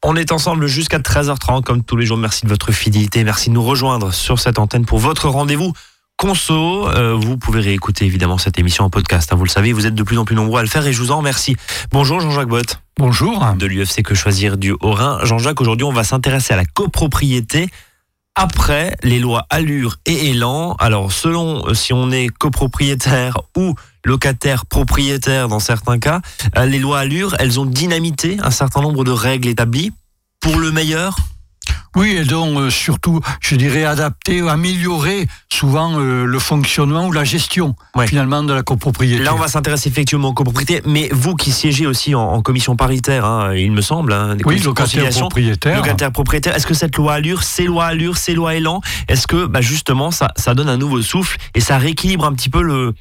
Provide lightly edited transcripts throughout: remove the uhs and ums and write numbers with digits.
On est ensemble jusqu'à 13h30 comme tous les jours. Merci de votre fidélité. Merci de nous rejoindre sur cette antenne pour votre rendez-vous conso. Vous pouvez réécouter évidemment cette émission en podcast. Vous le savez, vous êtes de plus en plus nombreux à le faire et je vous en remercie. Bonjour Jean-Jacques Bott. Bonjour. De l'UFC Que Choisir du Haut-Rhin. Jean-Jacques, aujourd'hui on va s'intéresser à la copropriété après les lois Allure et Elan. Alors selon si on est copropriétaire ou locataire propriétaire dans certains cas, les lois Allure, elles ont dynamité un certain nombre de règles établies pour le meilleur. Oui, elles ont surtout, je dirais, adapté, amélioré souvent le fonctionnement ou la gestion finalement de la copropriété. Là, on va s'intéresser effectivement aux copropriétés, mais vous qui siégez aussi en commission paritaire, il me semble, oui, locataire propriétaire. Est-ce que cette loi Allure, ces lois Elan, est-ce que justement ça donne un nouveau souffle et ça rééquilibre un petit peu le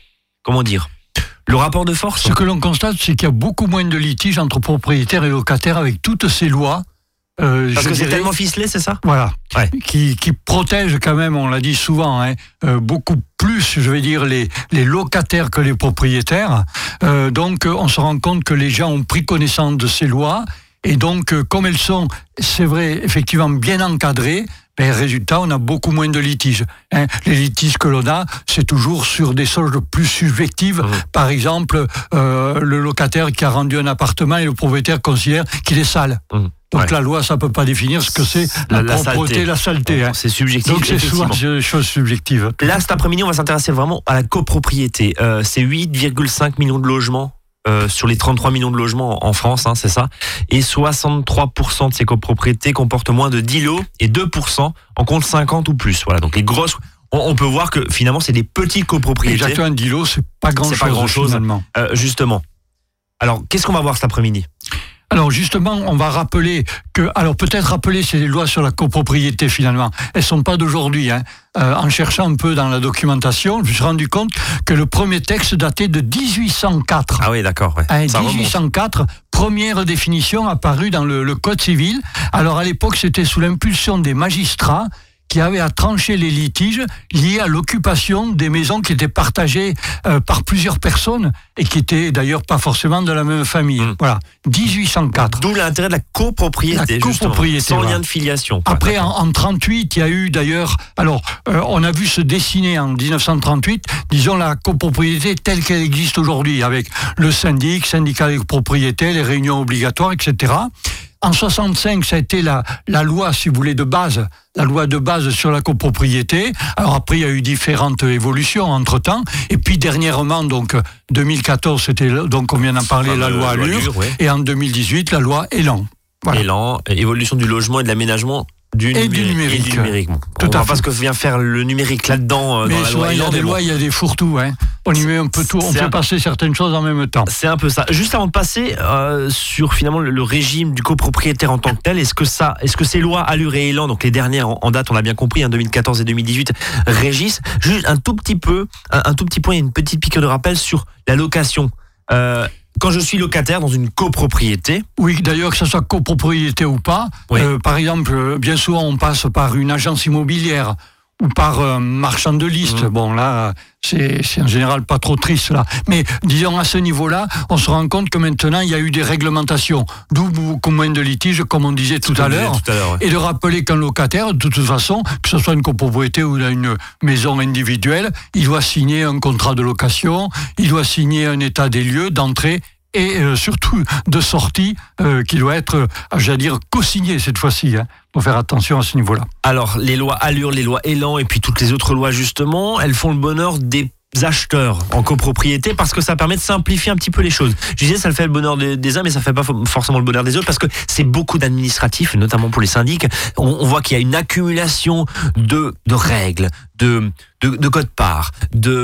rapport de force? Ce que l'on constate, c'est qu'il y a beaucoup moins de litiges entre propriétaires et locataires avec toutes ces lois. Parce que c'est tellement ficelé, c'est ça? Voilà, qui protège quand même, on l'a dit souvent, beaucoup plus, je vais dire, les locataires que les propriétaires. Donc, on se rend compte que les gens ont pris connaissance de ces lois. Et donc, comme elles sont, c'est vrai, effectivement bien encadrées, résultat, on a beaucoup moins de litiges. Les litiges que l'on a, c'est toujours sur des choses plus subjectives. Par exemple, le locataire qui a rendu un appartement et le propriétaire considère qu'il est sale. Donc la loi, ça ne peut pas définir ce que c'est la propreté, la saleté. C'est subjectif. Donc c'est souvent des choses subjectives. Là, cet après-midi, on va s'intéresser vraiment à la copropriété. C'est 8,5 millions de logements sur les 33 millions de logements en France, c'est ça. Et 63% de ces copropriétés comportent moins de 10 lots et 2% en comptent 50 ou plus. Voilà, donc les grosses... On peut voir que finalement, c'est des petites copropriétés. Exactement, 10 lots, c'est pas grand-chose finalement. Justement. Alors, qu'est-ce qu'on va voir cet après-midi ? Alors justement, on va rappeler ces lois sur la copropriété finalement. Elles sont pas d'aujourd'hui. En cherchant un peu dans la documentation, je me suis rendu compte que le premier texte datait de 1804. Ah oui, d'accord. Ouais. 1804, première définition apparue dans le Code civil. Alors à l'époque, c'était sous l'impulsion des magistrats qui avaient à trancher les litiges liés à l'occupation des maisons qui étaient partagées par plusieurs personnes et qui étaient d'ailleurs pas forcément de la même famille. Voilà, 1804. D'où l'intérêt de la copropriété, sans lien de filiation. Après, en 38, il y a eu d'ailleurs... Alors, on a vu se dessiner en 1938, disons, la copropriété telle qu'elle existe aujourd'hui, avec le syndicat des propriétés, les réunions obligatoires, etc. En 65, ça a été la loi, si vous voulez, de base, la loi de base sur la copropriété. Alors après, il y a eu différentes évolutions entre-temps. Et puis dernièrement, donc 2014, c'était donc on vient d'en parler, la loi Allure. Et en 2018, la loi Elan. Voilà. Elan, évolution du logement et de l'aménagement du numérique. On ne voit pas ce que vient faire le numérique là-dedans. Mais dans la loi il y a des lois, il y a des fourre-tout. On y met un peu tout, on fait passer certaines choses en même temps. C'est un peu ça. Juste avant de passer sur finalement le régime du copropriétaire en tant que tel, est-ce que ces lois Allure et Elan, donc les dernières en date, on l'a bien compris, 2014 et 2018, régissent? Juste un tout petit point, il y a une petite piqûre de rappel sur la location. Quand je suis locataire dans une copropriété... Oui, d'ailleurs, que ce soit copropriété ou pas, par exemple, bien souvent, on passe par une agence immobilière ou par un marchand de liste. Bon, là, c'est en général pas trop triste, là. Mais disons, à ce niveau-là, on se rend compte que maintenant, il y a eu des réglementations, d'où beaucoup moins de litiges, comme on disait tout à l'heure. Et de rappeler qu'un locataire, de toute façon, que ce soit une copropriété ou une maison individuelle, il doit signer un contrat de location, il doit signer un état des lieux d'entrée et surtout de sortie qui doit être, j'allais dire, co-signé cette fois-ci. Faut faire attention à ce niveau-là. Alors, les lois Allure, les lois Elan et puis toutes les autres lois, justement, elles font le bonheur des acheteurs en copropriété parce que ça permet de simplifier un petit peu les choses. Je disais, ça le fait le bonheur des uns, mais ça fait pas forcément le bonheur des autres parce que c'est beaucoup d'administratifs, notamment pour les syndics. On voit qu'il y a une accumulation de règles, de codes-parts,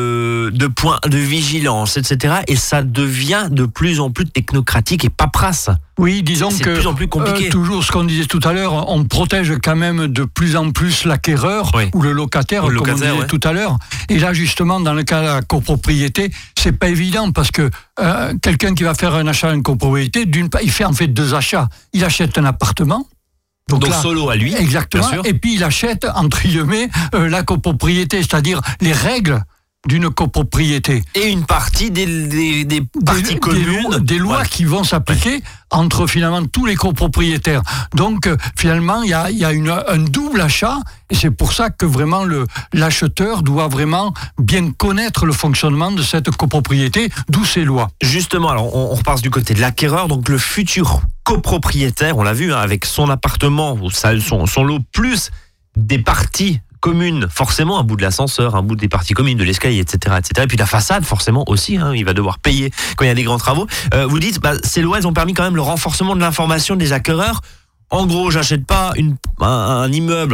de points de vigilance, etc. Et ça devient de plus en plus technocratique et paperasse. Oui, disons que c'est de plus en plus compliqué. Toujours ce qu'on disait tout à l'heure, on protège quand même de plus en plus l'acquéreur ou le locataire, comme on disait tout à l'heure. Et là, justement, dans le cas de la copropriété, c'est pas évident parce que quelqu'un qui va faire un achat à une copropriété, d'une part, il fait en fait deux achats. Il achète un appartement. Donc là, solo à lui. Exactement. Et puis il achète, entre guillemets, la copropriété, c'est-à-dire les règles d'une copropriété. Et une partie des parties communes. Des lois qui vont s'appliquer entre finalement tous les copropriétaires. Donc finalement, il y a un double achat, et c'est pour ça que vraiment l'acheteur doit vraiment bien connaître le fonctionnement de cette copropriété, d'où ces lois. Justement, alors on repasse du côté de l'acquéreur, donc le futur copropriétaire, on l'a vu, avec son appartement, son lot, plus des parties communes, forcément un bout de l'ascenseur, un bout des parties communes, de l'escalier, etc., etc. Et puis la façade, forcément aussi, il va devoir payer quand il y a des grands travaux. Vous dites, ces lois, elles ont permis quand même le renforcement de l'information des acquéreurs. En gros, j'achète pas un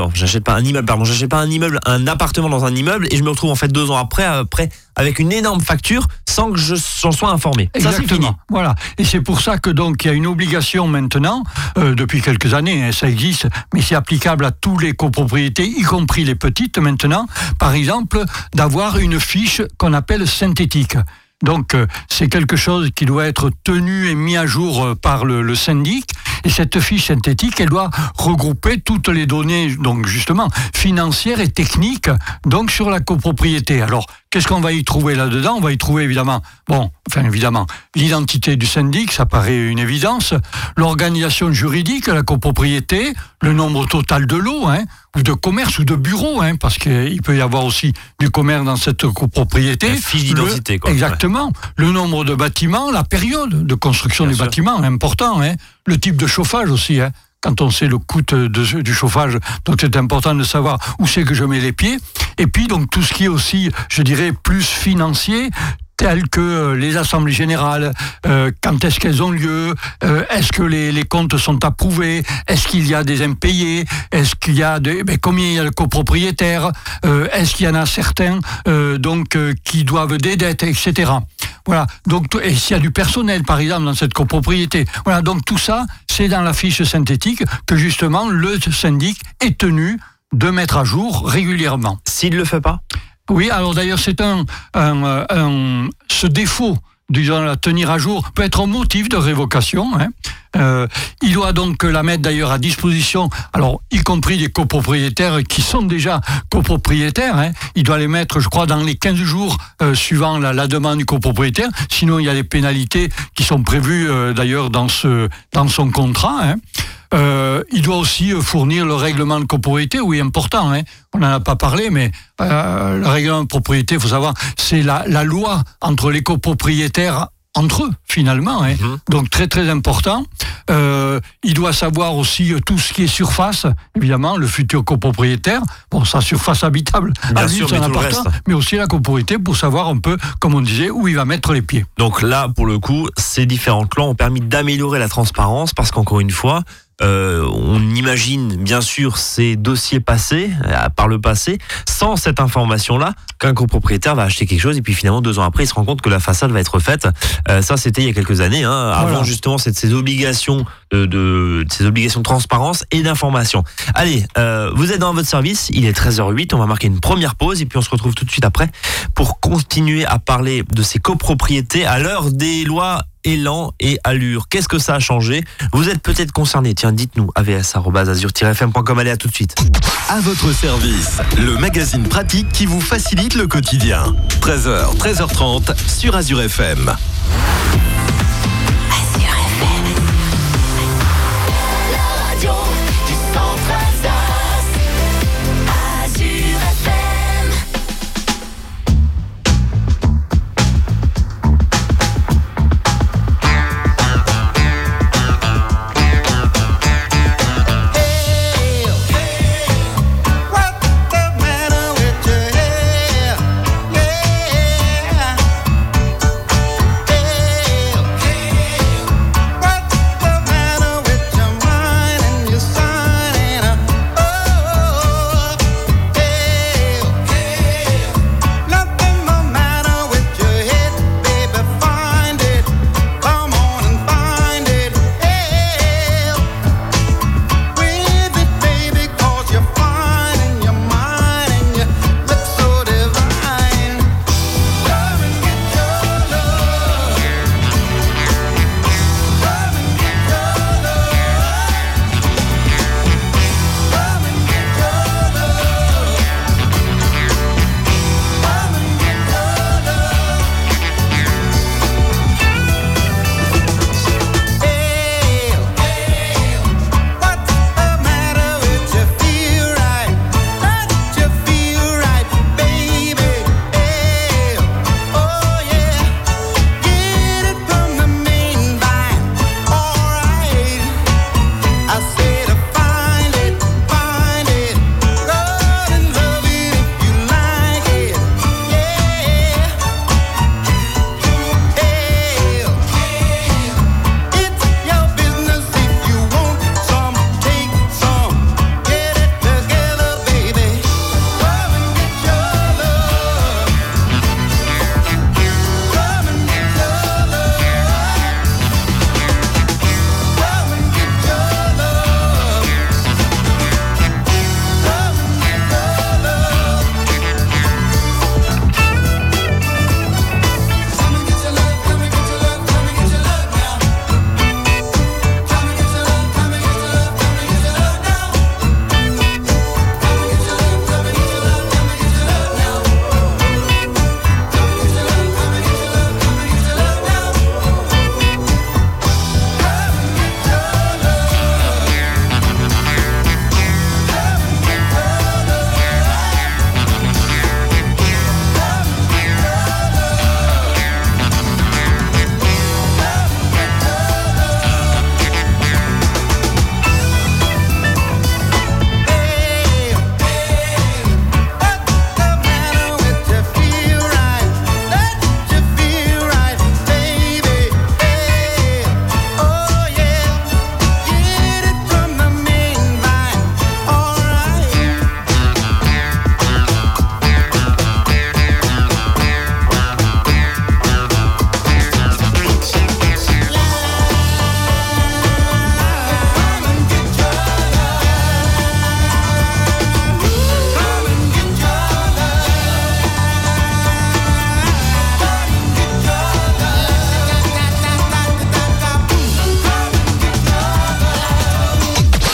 appartement dans un immeuble, et je me retrouve en fait 2 ans après avec une énorme facture sans que j'en sois informé. Exactement. Ça, c'est fini. Voilà. Et c'est pour ça que donc il y a une obligation maintenant, depuis quelques années, ça existe, mais c'est applicable à tous les copropriétés, y compris les petites maintenant, par exemple, d'avoir une fiche qu'on appelle synthétique. Donc, c'est quelque chose qui doit être tenu et mis à jour par le syndic. Et cette fiche synthétique, elle doit regrouper toutes les données, donc justement, financières et techniques, donc sur la copropriété. Alors, qu'est-ce qu'on va y trouver là-dedans ? On va y trouver évidemment, l'identité du syndic, ça paraît une évidence, l'organisation juridique, la copropriété, le nombre total de lots, ou de commerce ou de bureaux, parce qu'il peut y avoir aussi du commerce dans cette copropriété. La fiche d'identité, quoi. Exactement. Ouais. Le nombre de bâtiments, la période de construction des bâtiments, important, le type de chauffage aussi, quand on sait le coût du chauffage, donc c'est important de savoir où c'est que je mets les pieds. Et puis donc tout ce qui est aussi, je dirais, plus financier, telles que les assemblées générales, quand est-ce qu'elles ont lieu, est-ce que les comptes sont approuvés, est-ce qu'il y a des impayés, est-ce qu'il y a combien il y a de copropriétaires, est-ce qu'il y en a certains qui doivent des dettes, etc. Voilà. Donc, et s'il y a du personnel, par exemple, dans cette copropriété. Voilà. Donc tout ça, c'est dans la fiche synthétique que justement le syndic est tenu de mettre à jour régulièrement. S'il ne le fait pas ? Oui, alors d'ailleurs, c'est ce défaut, disons, la tenir à jour, peut être un motif de révocation. Il doit donc la mettre d'ailleurs à disposition, alors y compris des copropriétaires qui sont déjà copropriétaires. Il doit les mettre, je crois, dans les 15 jours suivant la demande du copropriétaire. Sinon, il y a des pénalités qui sont prévues d'ailleurs dans son contrat. Il doit aussi fournir le règlement de copropriété, oui, important. On n'en a pas parlé, mais le règlement de propriété, il faut savoir, c'est la loi entre les copropriétaires entre eux, finalement. Donc très très important. Il doit savoir aussi tout ce qui est surface, évidemment, le futur copropriétaire. Bon, sa surface habitable, bien sûr, son appartement, mais aussi la copropriété pour savoir un peu, comme on disait, où il va mettre les pieds. Donc là, pour le coup, ces différentes lois ont permis d'améliorer la transparence, parce qu'encore une fois, on imagine bien sûr ces dossiers passés, par le passé, sans cette information-là, qu'un copropriétaire va acheter quelque chose et puis finalement 2 ans après il se rend compte que la façade va être faite. Ça c'était il y a quelques années, avant justement ces obligations ces obligations de transparence et d'information. Allez, vous êtes dans votre service, il est 13h08, on va marquer une première pause et puis on se retrouve tout de suite après pour continuer à parler de ces copropriétés à l'heure des lois Elan et Allure. Qu'est-ce que ça a changé ? Vous êtes peut-être concerné. Tiens, dites-nous, avs@azur-fm.com. Allez, à tout de suite. À votre service, le magazine pratique qui vous facilite le quotidien. 13h, 13h30 sur Azur FM.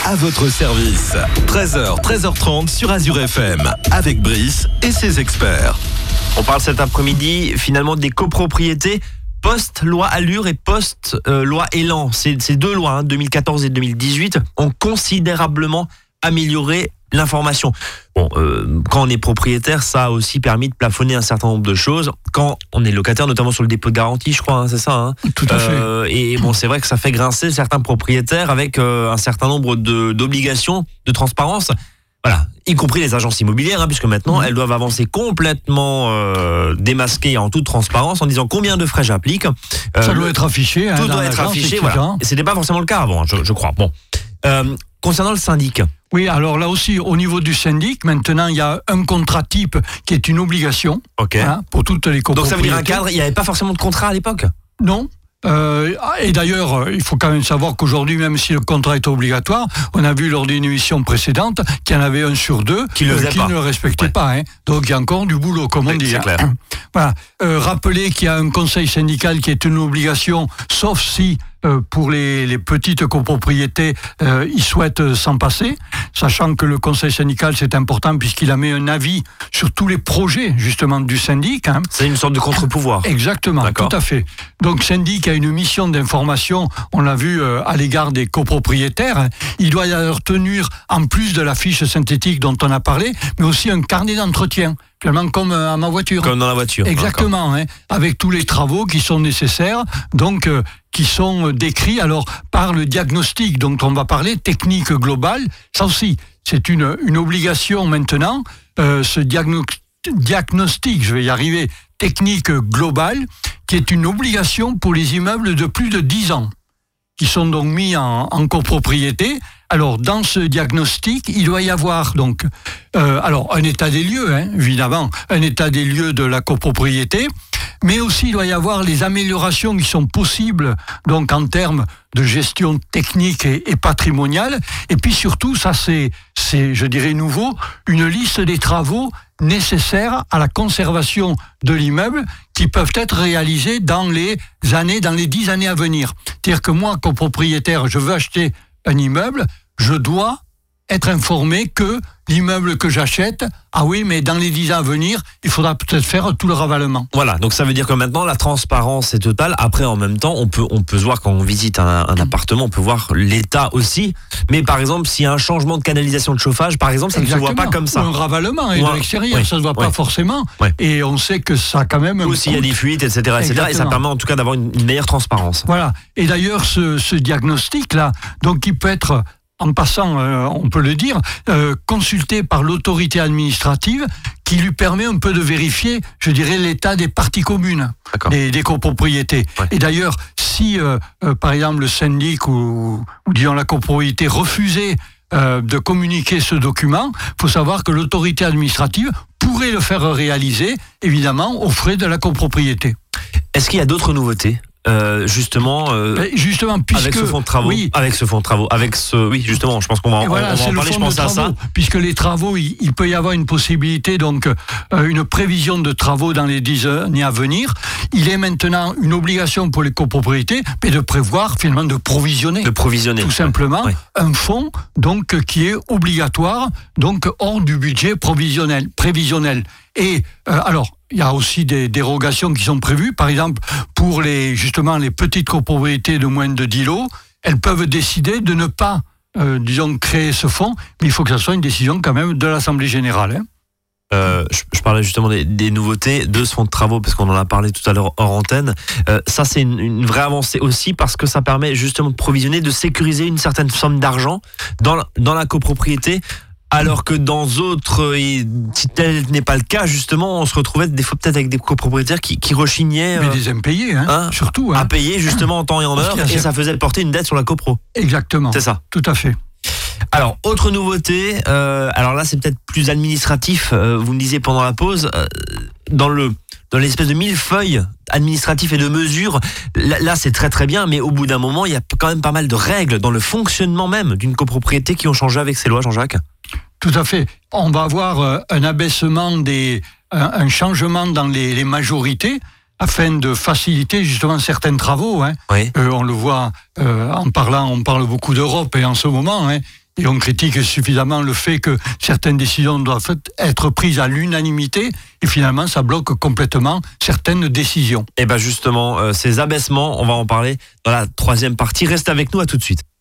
à votre service. 13h, 13h30 sur Azure FM, avec Brice et ses experts. On parle cet après-midi finalement des copropriétés post-loi Allure et post-loi Elan. Ces deux lois, 2014 et 2018, ont considérablement amélioré l'information. Bon, quand on est propriétaire, ça a aussi permis de plafonner un certain nombre de choses. Quand on est locataire, notamment sur le dépôt de garantie, je crois, c'est ça. Tout à fait. Et bon, c'est vrai que ça fait grincer certains propriétaires avec un certain nombre d'obligations de transparence. Voilà, y compris les agences immobilières, puisque maintenant elles doivent avancer complètement démasquées en toute transparence en disant combien de frais j'applique. Ça doit être affiché. Tout doit être affiché, voilà. Et c'était pas forcément le cas avant, je crois. Bon, concernant le syndic. Oui, alors là aussi, au niveau du syndic, maintenant, il y a un contrat type qui est une obligation pour toutes les copropriétés. Donc ça veut dire un cadre, il n'y avait pas forcément de contrat à l'époque ? Non. Et d'ailleurs, il faut quand même savoir qu'aujourd'hui, même si le contrat est obligatoire, on a vu lors d'une émission précédente qu'il y en avait 1 sur 2 qui ne le respectaient pas. Donc il y a encore du boulot, comme on dit. C'est clair. Voilà. Rappelez qu'il y a un conseil syndical qui est une obligation, sauf si pour les petites copropriétés, ils souhaitent s'en passer, sachant que le conseil syndical, c'est important puisqu'il a mis un avis sur tous les projets, justement, du syndic. C'est une sorte de contre-pouvoir. Exactement, tout à fait. Donc, syndic a une mission d'information, on l'a vu, à l'égard des copropriétaires. Il doit y avoir tenir, en plus de la fiche synthétique dont on a parlé, mais aussi un carnet d'entretien. Finalement, comme à ma voiture. Comme dans la voiture. Exactement, avec tous les travaux qui sont nécessaires, donc qui sont décrits alors par le diagnostic dont on va parler, technique globale. Ça aussi, c'est une obligation maintenant. Ce diagnostic, je vais y arriver, technique globale, qui est une obligation pour les immeubles de plus de 10 ans, qui sont donc mis en copropriété. Alors, dans ce diagnostic, il doit y avoir donc alors un état des lieux, évidemment, un état des lieux de la copropriété, mais aussi il doit y avoir les améliorations qui sont possibles, donc en termes de gestion technique et patrimoniale. Et puis surtout, ça c'est, je dirais, nouveau, une liste des travaux nécessaires à la conservation de l'immeuble qui peuvent être réalisés dans les 10 années à venir. C'est-à-dire que moi, copropriétaire, je veux acheter un immeuble, je dois être informé que l'immeuble que j'achète, mais dans les 10 ans à venir, il faudra peut-être faire tout le ravalement. Voilà, donc ça veut dire que maintenant la transparence est totale. Après, en même temps, on peut voir quand on visite un appartement, on peut voir l'état aussi. Mais par exemple, s'il y a un changement de canalisation de chauffage, par exemple, ça ne se voit pas comme ça. Ou un ravalement de l'extérieur, ça ne se voit pas forcément. Et on sait que ça a quand même... Ou s'il y a des fuites, etc. Et ça permet en tout cas d'avoir une meilleure transparence. Voilà. Et d'ailleurs, ce diagnostic-là, donc il peut être... En passant, on peut le dire, consulté par l'autorité administrative qui lui permet un peu de vérifier, je dirais, l'état des parties communes, des copropriétés. Ouais. Et d'ailleurs, si, par exemple, le syndic ou disons la copropriété refusait de communiquer ce document, il faut savoir que l'autorité administrative pourrait le faire réaliser, évidemment, aux frais de la copropriété. Est-ce qu'il y a d'autres nouveautés ? Justement, puisque, avec ce fonds de travaux, justement, je pense qu'on va en parler, je pense à ça. Puisque les travaux, il peut y avoir une possibilité, donc une prévision de travaux dans les 10 années à venir. Il est maintenant une obligation pour les copropriétés, mais de prévoir finalement de provisionner tout simplement un fonds donc qui est obligatoire, donc hors du budget prévisionnel. Et alors, il y a aussi des dérogations qui sont prévues. Par exemple, pour les petites copropriétés de moins de 10 lots, elles peuvent décider de ne pas, créer ce fonds, mais il faut que ça soit une décision quand même de l'Assemblée générale. Je parlais justement des nouveautés de ce fonds de travaux, parce qu'on en a parlé tout à l'heure hors antenne. Ça, c'est une vraie avancée aussi, parce que ça permet justement de provisionner, de sécuriser une certaine somme d'argent dans la copropriété. Alors que dans d'autres, si tel n'est pas le cas, justement, on se retrouvait des fois peut-être avec des copropriétaires qui rechignaient. Mais des impayés, surtout. À payer justement en temps et en heure, et ça faisait porter une dette sur la copro. Exactement. C'est ça. Tout à fait. Alors, autre nouveauté, alors là c'est peut-être plus administratif, vous me disiez pendant la pause, dans l'espèce de millefeuille administratif et de mesures, là c'est très très bien, mais au bout d'un moment, il y a quand même pas mal de règles dans le fonctionnement même d'une copropriété qui ont changé avec ces lois, Jean-Jacques. Tout à fait. On va avoir un abaissement un changement dans les majorités afin de faciliter justement certains travaux. Oui. On le voit en parlant, on parle beaucoup d'Europe et en ce moment, Et on critique suffisamment le fait que certaines décisions doivent être prises à l'unanimité et finalement ça bloque complètement certaines décisions. Et bien justement, ces abaissements, on va en parler dans la troisième partie. Reste avec nous, à tout de suite.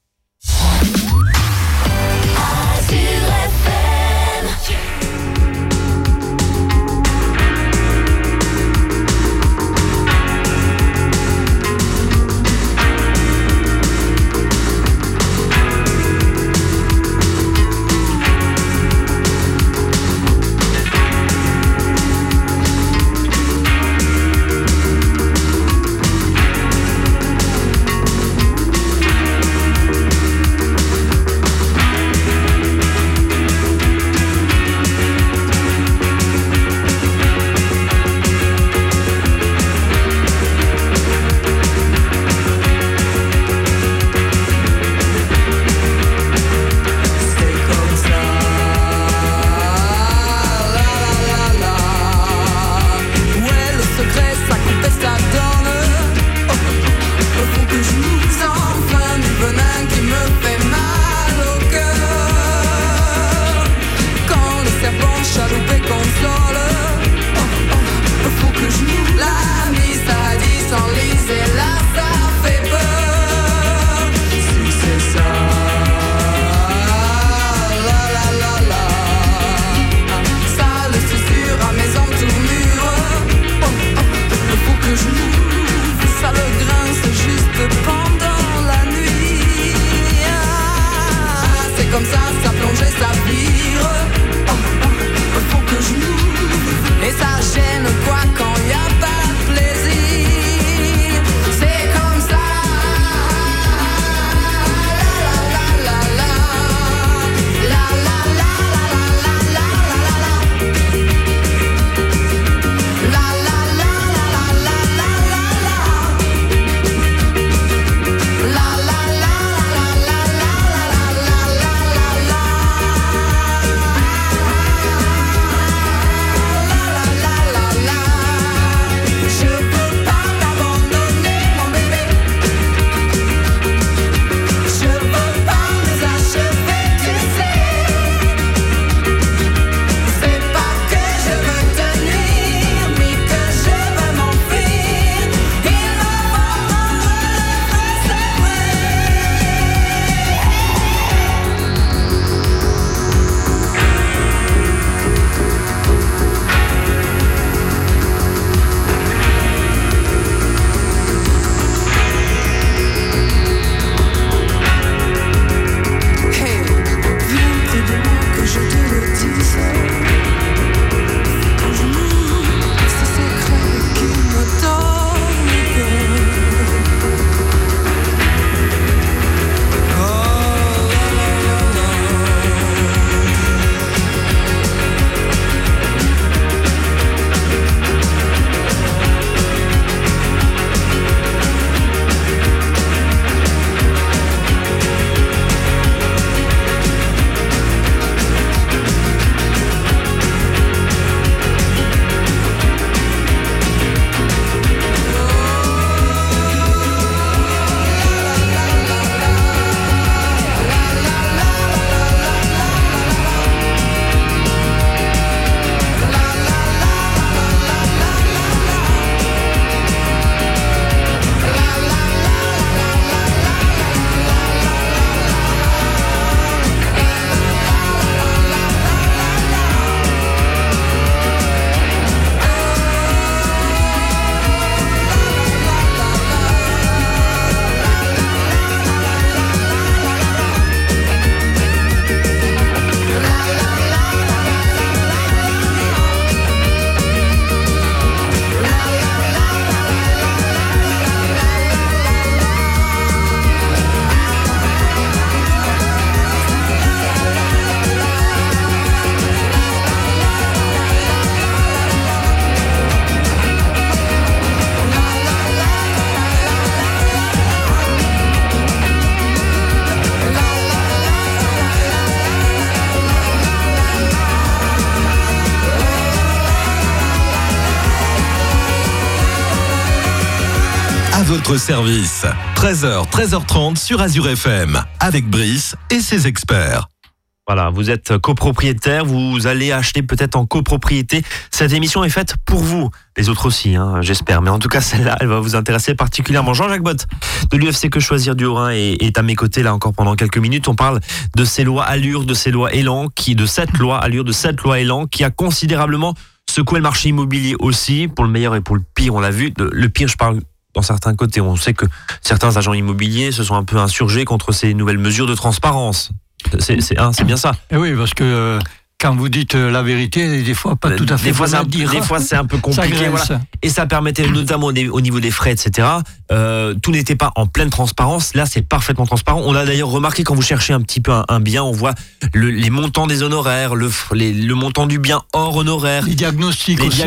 votre service. 13h, 13h30 sur Azure FM, avec Brice et ses experts. Voilà, vous êtes copropriétaire, vous allez acheter peut-être en copropriété. Cette émission est faite pour vous. Les autres aussi, j'espère. Mais en tout cas, celle-là, elle va vous intéresser particulièrement. Jean-Jacques Bott, de l'UFC Que Choisir du Haut-Rhin, est à mes côtés là encore pendant quelques minutes. On parle de ces lois Allure, de ces lois Élan, de cette loi Allure, de cette loi Élan, qui a considérablement secoué le marché immobilier aussi, pour le meilleur et pour le pire, on l'a vu. Le pire, je parle dans certains côtés. On sait que certains agents immobiliers se sont un peu insurgés contre ces nouvelles mesures de transparence. C'est bien ça. Et oui, parce que quand vous dites la vérité, des fois pas tout à fait. Des fois c'est un peu compliqué. Voilà. Et ça permettait notamment au niveau des frais, etc. Tout n'était pas en pleine transparence. Là, c'est parfaitement transparent. On a d'ailleurs remarqué quand vous cherchez un petit peu un bien, on voit les montants des honoraires, le montant du bien hors honoraire. Les diagnostics aussi.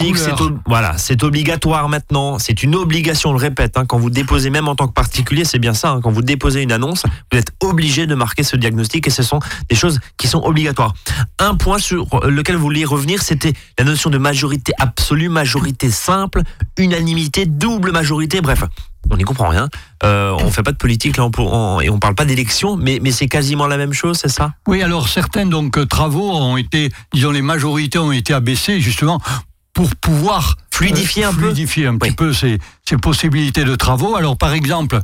C'est obligatoire maintenant. C'est une obligation, on le répète. Quand vous déposez, même en tant que particulier, c'est bien ça. Quand vous déposez une annonce, vous êtes obligé de marquer ce diagnostic et ce sont des choses qui sont obligatoires. Un point sur lequel vous vouliez revenir, c'était la notion de majorité absolue, majorité simple, unanimité, double majorité, bref. On n'y comprend rien. On fait pas de politique là, et on parle pas d'élection, mais c'est quasiment la même chose, c'est ça ? Oui, alors certains travaux ont été, disons, les majorités ont été abaissées justement pour pouvoir fluidifier un petit peu ces possibilités de travaux. Alors par exemple,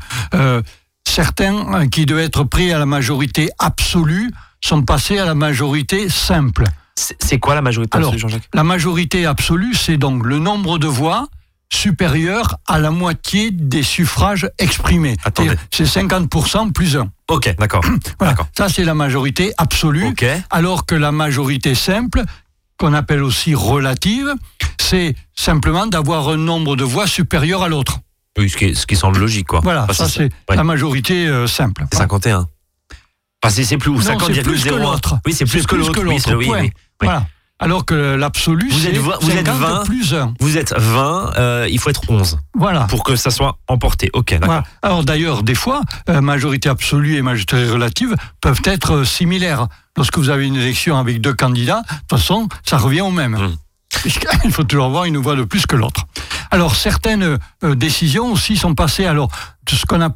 certains qui devaient être pris à la majorité absolue sont passés à la majorité simple. C'est quoi la majorité absolue, Jean-Jacques ? La majorité absolue, c'est donc le nombre de voix supérieur à la moitié des suffrages exprimés. Attendez. C'est 50% plus 1. Ok, d'accord. Voilà. D'accord. Ça, c'est la majorité absolue. Okay. Alors que la majorité simple, qu'on appelle aussi relative, c'est simplement d'avoir un nombre de voix supérieur à l'autre. Oui, ce qui semble logique, quoi. Voilà, ça c'est la majorité simple. C'est 51. Enfin, c'est plus, ou 50, c'est plus que l'autre. Oui, c'est plus que l'autre. Oui. Voilà. Alors que l'absolu, c'est 50 plus 1. Vous êtes 20, il faut être 11. Voilà. Pour que ça soit emporté. Ok, d'accord. Voilà. Alors d'ailleurs, des fois, majorité absolue et majorité relative peuvent être similaires. Lorsque vous avez une élection avec deux candidats, de toute façon, ça revient au même. Il faut toujours avoir une voix de plus que l'autre. Alors certaines décisions aussi sont passées de ce qu'on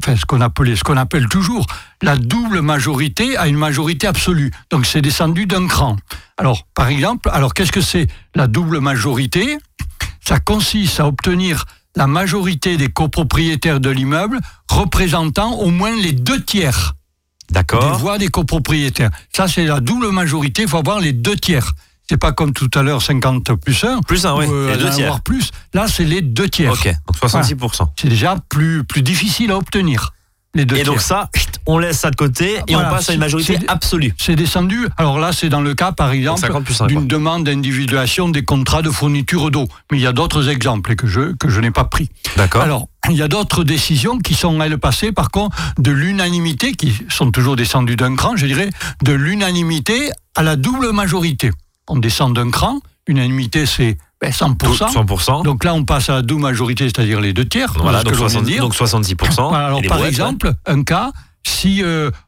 appelle toujours la double majorité à une majorité absolue. Donc c'est descendu d'un cran. Alors par exemple, qu'est-ce que c'est la double majorité ? Ça consiste à obtenir la majorité des copropriétaires de l'immeuble représentant au moins les 2/3 des voix des copropriétaires. Ça c'est la double majorité, il faut avoir les 2/3. C'est pas comme tout à l'heure 50 plus 1. Plus 1, oui. Les 2/3. Plus. Là, c'est les 2/3. Ok, donc 66%. Voilà. C'est déjà plus difficile à obtenir, les 2/3. Et donc ça, on laisse ça de côté et on passe à une majorité absolue. C'est descendu. Alors là, c'est dans le cas, par exemple, d'une demande d'individuation des contrats de fourniture d'eau. Mais il y a d'autres exemples que je n'ai pas pris. D'accord. Alors, il y a d'autres décisions qui sont, elles, passées, par contre, de l'unanimité, qui sont toujours descendues d'un cran, je dirais, de l'unanimité à la double majorité. On descend d'un cran, unanimité c'est 100%. 100%. Donc là on passe à la double majorité, c'est-à-dire les 2/3. Voilà, donc 70%. Alors par exemple, un cas, si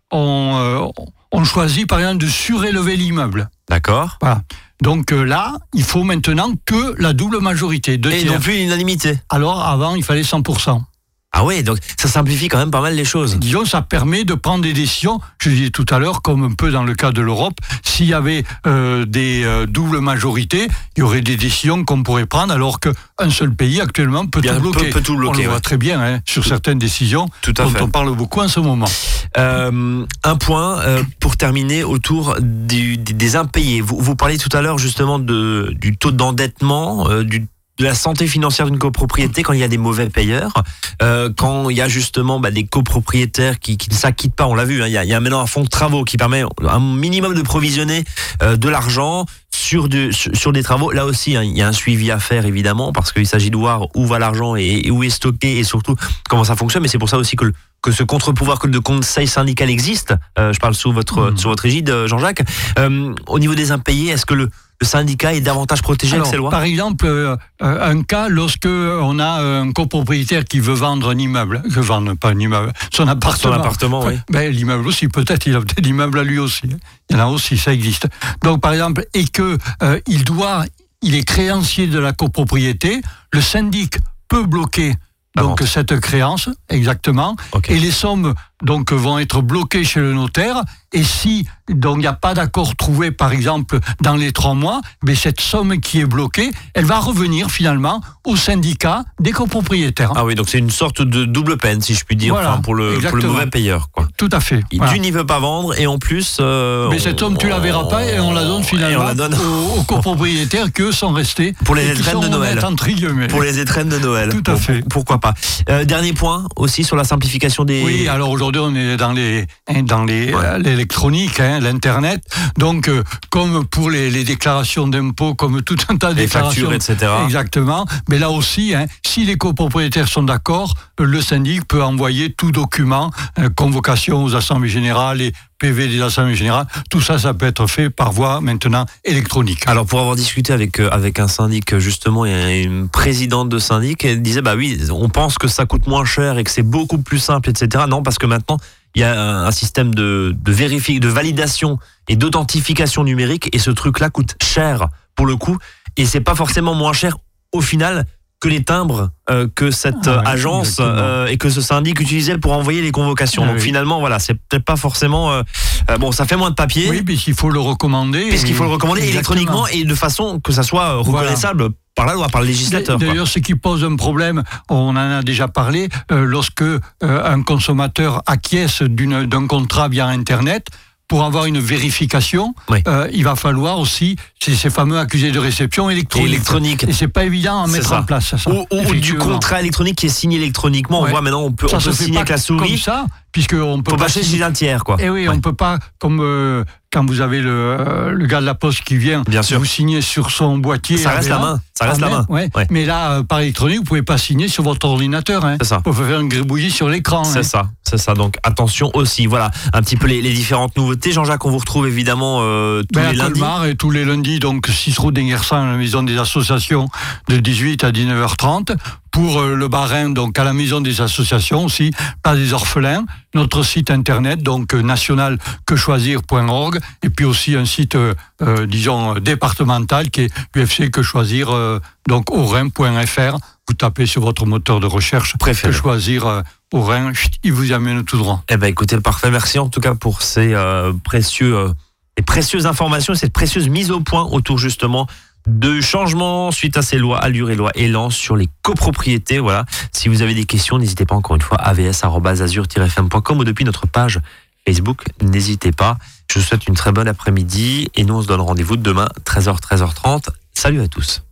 on choisit par exemple de surélever l'immeuble. D'accord. Voilà. Donc là, il faut maintenant que la double majorité. 2/3. Et non plus l'unanimité. Alors avant, il fallait 100%. Ah oui, donc ça simplifie quand même pas mal les choses. Disons, ça permet de prendre des décisions, je disais tout à l'heure, comme un peu dans le cas de l'Europe, s'il y avait des doubles majorités, il y aurait des décisions qu'on pourrait prendre, alors qu'un seul pays actuellement peut tout bloquer. Peut tout bloquer. On le voit très bien sur certaines décisions dont on parle beaucoup en ce moment. Un point pour terminer autour des impayés. Vous parliez tout à l'heure justement du taux d'endettement, de la santé financière d'une copropriété quand il y a des mauvais payeurs, quand il y a justement des copropriétaires qui ne s'acquittent pas, on l'a vu, il y a maintenant un fonds de travaux qui permet un minimum de provisionner de l'argent sur des travaux. Là aussi, il y a un suivi à faire évidemment, parce qu'il s'agit de voir où va l'argent et où est stocké et surtout comment ça fonctionne, mais c'est pour ça aussi que ce contre-pouvoir de conseil syndical existe. Je parle sous votre égide, Jean-Jacques. Au niveau des impayés, est-ce que le syndicat est davantage protégé avec ces lois ? Par exemple, un cas, lorsque on a un copropriétaire qui veut vendre un immeuble, son appartement. Son appartement, oui. L'immeuble aussi, peut-être, il a peut-être l'immeuble à lui aussi. Il y en a aussi, ça existe. Donc, par exemple, et que il est créancier de la copropriété, le syndic peut bloquer donc cette créance, exactement, et les sommes donc vont être bloquées chez le notaire. Et si donc il n'y a pas d'accord trouvé, par exemple, dans les 3 mois, mais cette somme qui est bloquée, elle va revenir finalement au syndicat des copropriétaires. Ah oui, donc c'est une sorte de double peine, si je puis dire, voilà, pour le mauvais payeur, quoi. Tout à fait. Voilà. D'une, il ne veut pas vendre, et en plus... mais cette somme, tu la verras pas, et on la donne finalement aux copropriétaires qui, eux, sont restés... Pour les étrennes de Noël. Pour les étrennes de Noël. Tout à fait. Pourquoi pas. Dernier point, aussi, sur la simplification des... Oui, alors aujourd'hui, on est dans l'électronique, l'Internet. Donc, comme pour les déclarations d'impôts, comme tout un tas de déclarations... Les factures, etc. Exactement. Mais là aussi, si les copropriétaires sont d'accord, le syndic peut envoyer tout document, convocation aux assemblées générales et PV des assemblées générales, tout ça, ça peut être fait par voie maintenant électronique. Alors pour avoir discuté avec un syndic justement, et une présidente de syndic, elle disait bah oui, on pense que ça coûte moins cher et que c'est beaucoup plus simple, etc. Non, parce que maintenant il y a un système de validation et d'authentification numérique, et ce truc-là coûte cher pour le coup, et c'est pas forcément moins cher au final que les timbres que cette agence et que ce syndic utilisait pour envoyer les convocations. Donc finalement, voilà, c'est peut-être pas forcément... bon, ça fait moins de papier. Oui, puisqu'il faut le recommander. Puisqu'il faut le recommander électroniquement et de façon que ça soit reconnaissable par la loi, par le législateur. D'ailleurs, ce qui pose un problème, on en a déjà parlé, lorsque un consommateur acquiesce d'un contrat via Internet, pour avoir une vérification, il va falloir aussi ces fameux accusés de réception électronique. Et c'est pas évident à mettre en place. Ça, ou du contrat électronique qui est signé électroniquement. On voit maintenant, on peut signer avec la souris. Comme ça, puisqu'on peut pas passer chez un tiers, quoi. Et oui, on peut pas, comme quand vous avez le gars de la poste qui vient, vous signez sur son boîtier. Ça reste la main. Ça reste la main. Mais là, par électronique, vous pouvez pas signer sur votre ordinateur. C'est ça. Vous pouvez faire une gribouillis sur l'écran. C'est ça. Donc attention aussi. Voilà un petit peu les différentes nouveautés. Jean-Jacques, on vous retrouve évidemment tous les lundis. Colmar, et tous les lundis, donc 6 rue d'Enguersin, à la maison des associations, de 18 à 19h30. Pour le Bas-Rhin, donc à la maison des associations aussi, pas des orphelins. Notre site internet, donc national-quechoisir.org, et puis aussi un site, disons, départemental qui est UFC Que Choisir, donc Haut-Rhin.fr. Vous tapez sur votre moteur de recherche Que Choisir Haut-Rhin, il vous y amène tout droit. Eh ben, écoutez, parfait. Merci en tout cas pour ces précieuses informations, cette précieuse mise au point autour justement de changements suite à ces lois Allure et loi Elan sur les copropriétés. Voilà. Si vous avez des questions, n'hésitez pas encore une fois, avs@azur-fm.com ou depuis notre page Facebook, n'hésitez pas. Je vous souhaite une très bonne après-midi et nous on se donne rendez-vous demain 13h-13h30. Salut à tous.